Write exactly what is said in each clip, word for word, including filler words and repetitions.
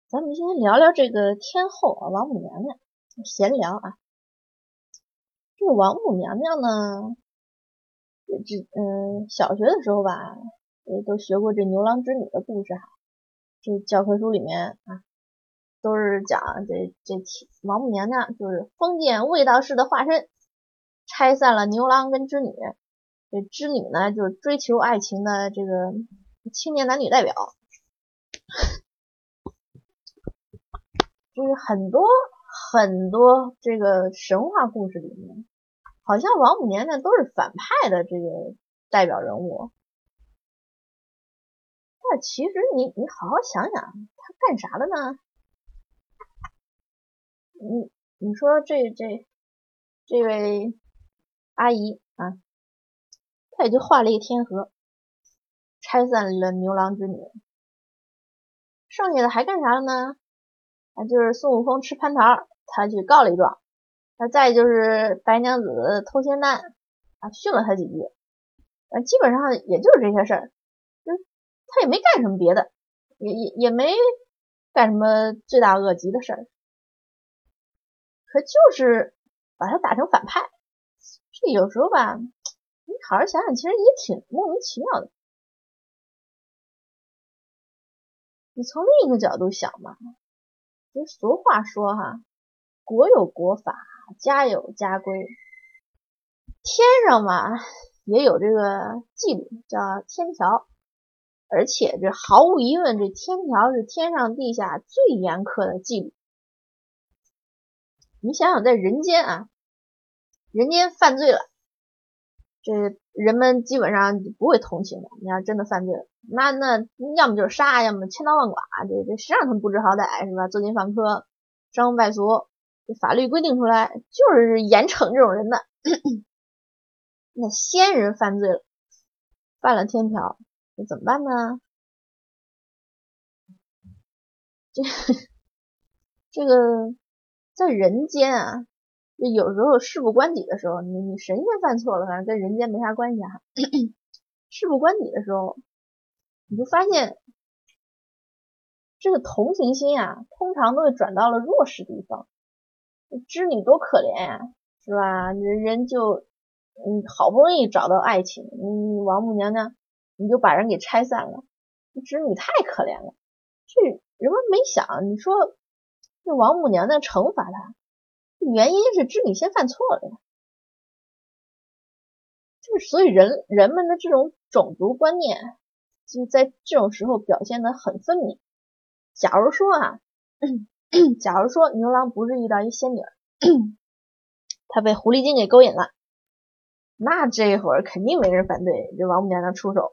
咱们今天聊聊这个天后啊，王母娘娘，闲聊啊。这个王母娘娘呢，这嗯，小学的时候吧，呃，都学过这牛郎织女的故事哈。这教科书里面啊，都是讲这这王母娘娘就是封建卫道士的化身，拆散了牛郎跟织女。这织女呢，就是追求爱情的这个青年男女代表。就是很多很多这个神话故事里面，好像王母娘娘都是反派的这个代表人物。但其实你你好好想想，她干啥的呢？你你说这这这位阿姨啊，她也就画了一个天河，拆散了牛郎织女，剩下的还干啥了呢？啊，就是孙悟空吃蟠桃，他去告了一状。那再就是白娘子偷仙丹啊，训了他几句。啊，基本上也就是这些事儿，就是他也没干什么别的，也也也没干什么罪大恶极的事儿，可就是把他打成反派。这有时候吧，你好好想想，其实也挺莫名其妙的。你从另一个角度想嘛，就俗话说哈，国有国法，家有家规。天上嘛也有这个纪律，叫天条，而且这毫无疑问，这天条是天上地下最严苛的纪律。你想想，在人间啊，人间犯罪了，这人们基本上不会同情的。你要真的犯罪了，那那要么就是杀，要么千刀万剐，这这谁让他们不知好歹是吧？作奸犯科，伤风败俗，这法律规定出来就是严惩这种人的。那仙人犯罪了，犯了天条，那怎么办呢？这这个在人间啊，有时候事不关己的时候，你你神仙犯错了，反正跟人间没啥关系啊。事不关己的时候，你就发现这个同情心啊，通常都会转到了弱势地方。织女多可怜呀、啊，是吧？人人就嗯好不容易找到爱情，你王母娘娘你就把人给拆散了，织女太可怜了。这人们没想，你说这王母娘娘惩罚她，原因是织女先犯错了呀。就是所以人人们的这种种族观念，就在这种时候表现得很分明。假如说啊，假如说牛郎不是遇到一仙女，他被狐狸精给勾引了，那这会儿肯定没人反对这王母娘娘出手，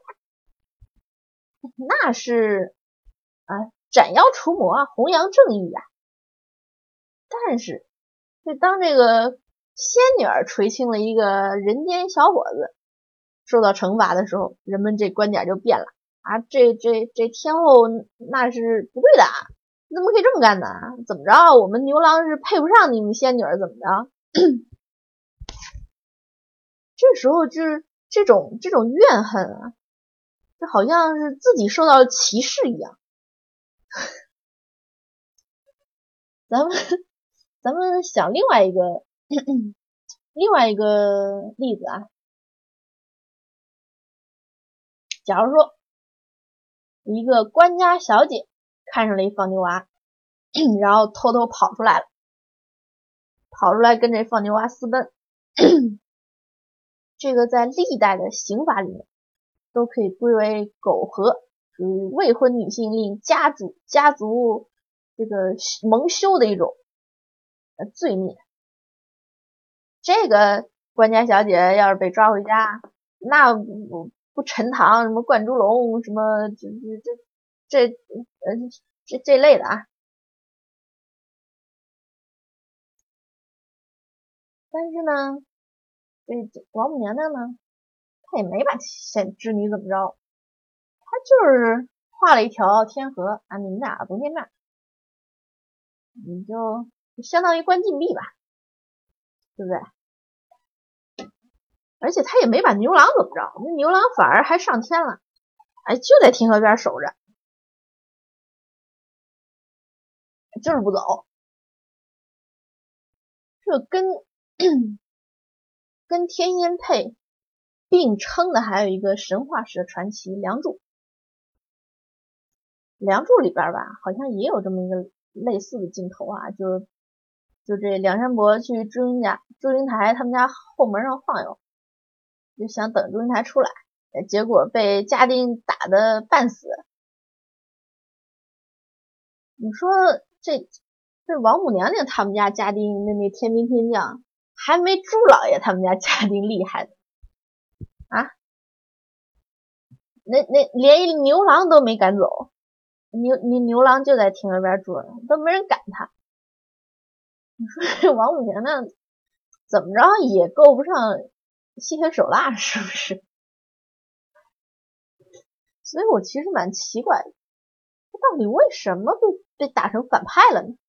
那是啊斩妖除魔啊，弘扬正义啊。但是就当这个仙女垂青了一个人间小伙子受到惩罚的时候，人们这观点就变了啊，这这这天后那是不对的，你怎么可以这么干呢？怎么着？我们牛郎是配不上你们仙女怎么着？这时候就是这种这种怨恨啊，就好像是自己受到了歧视一样。咱们咱们想另外一个另外一个例子啊，假如说一个官家小姐看上了一放牛娃，然后偷偷跑出来了，跑出来跟这放牛娃私奔。这个在历代的刑法里面都可以归为苟合，属于未婚女性令家主家族这个蒙羞的一种罪孽。这个官家小姐要是被抓回家，那不不陈塘什么灌猪笼什么这这这这呃这这类的啊。但是呢，这王母娘娘呢，她也没把仙织女怎么着，她就是画了一条天河啊，你们俩甭见面，你就相当于关禁闭吧，对不对？而且他也没把牛郎怎么着，那牛郎反而还上天了，哎，就在天河边守着。 就是不走。这跟跟天烟配并称的还有一个神话式的传奇《梁祝》。《梁祝》里边吧，好像也有这么一个类似的镜头啊，就就这梁山伯去祝英家祝英台他们家后门上晃悠，就想等祝英台出来，结果被家丁打得半死。你说这这王母娘娘他们家家丁那那天兵天将还没朱老爷他们家家丁厉害啊！那那连一牛郎都没赶走，牛牛牛郎就在厅外边住着，都没人赶他。你说这王母娘娘怎么着也够不上吸血手辣，是不是？所以我其实蛮奇怪的，他到底为什么被被打成反派了呢？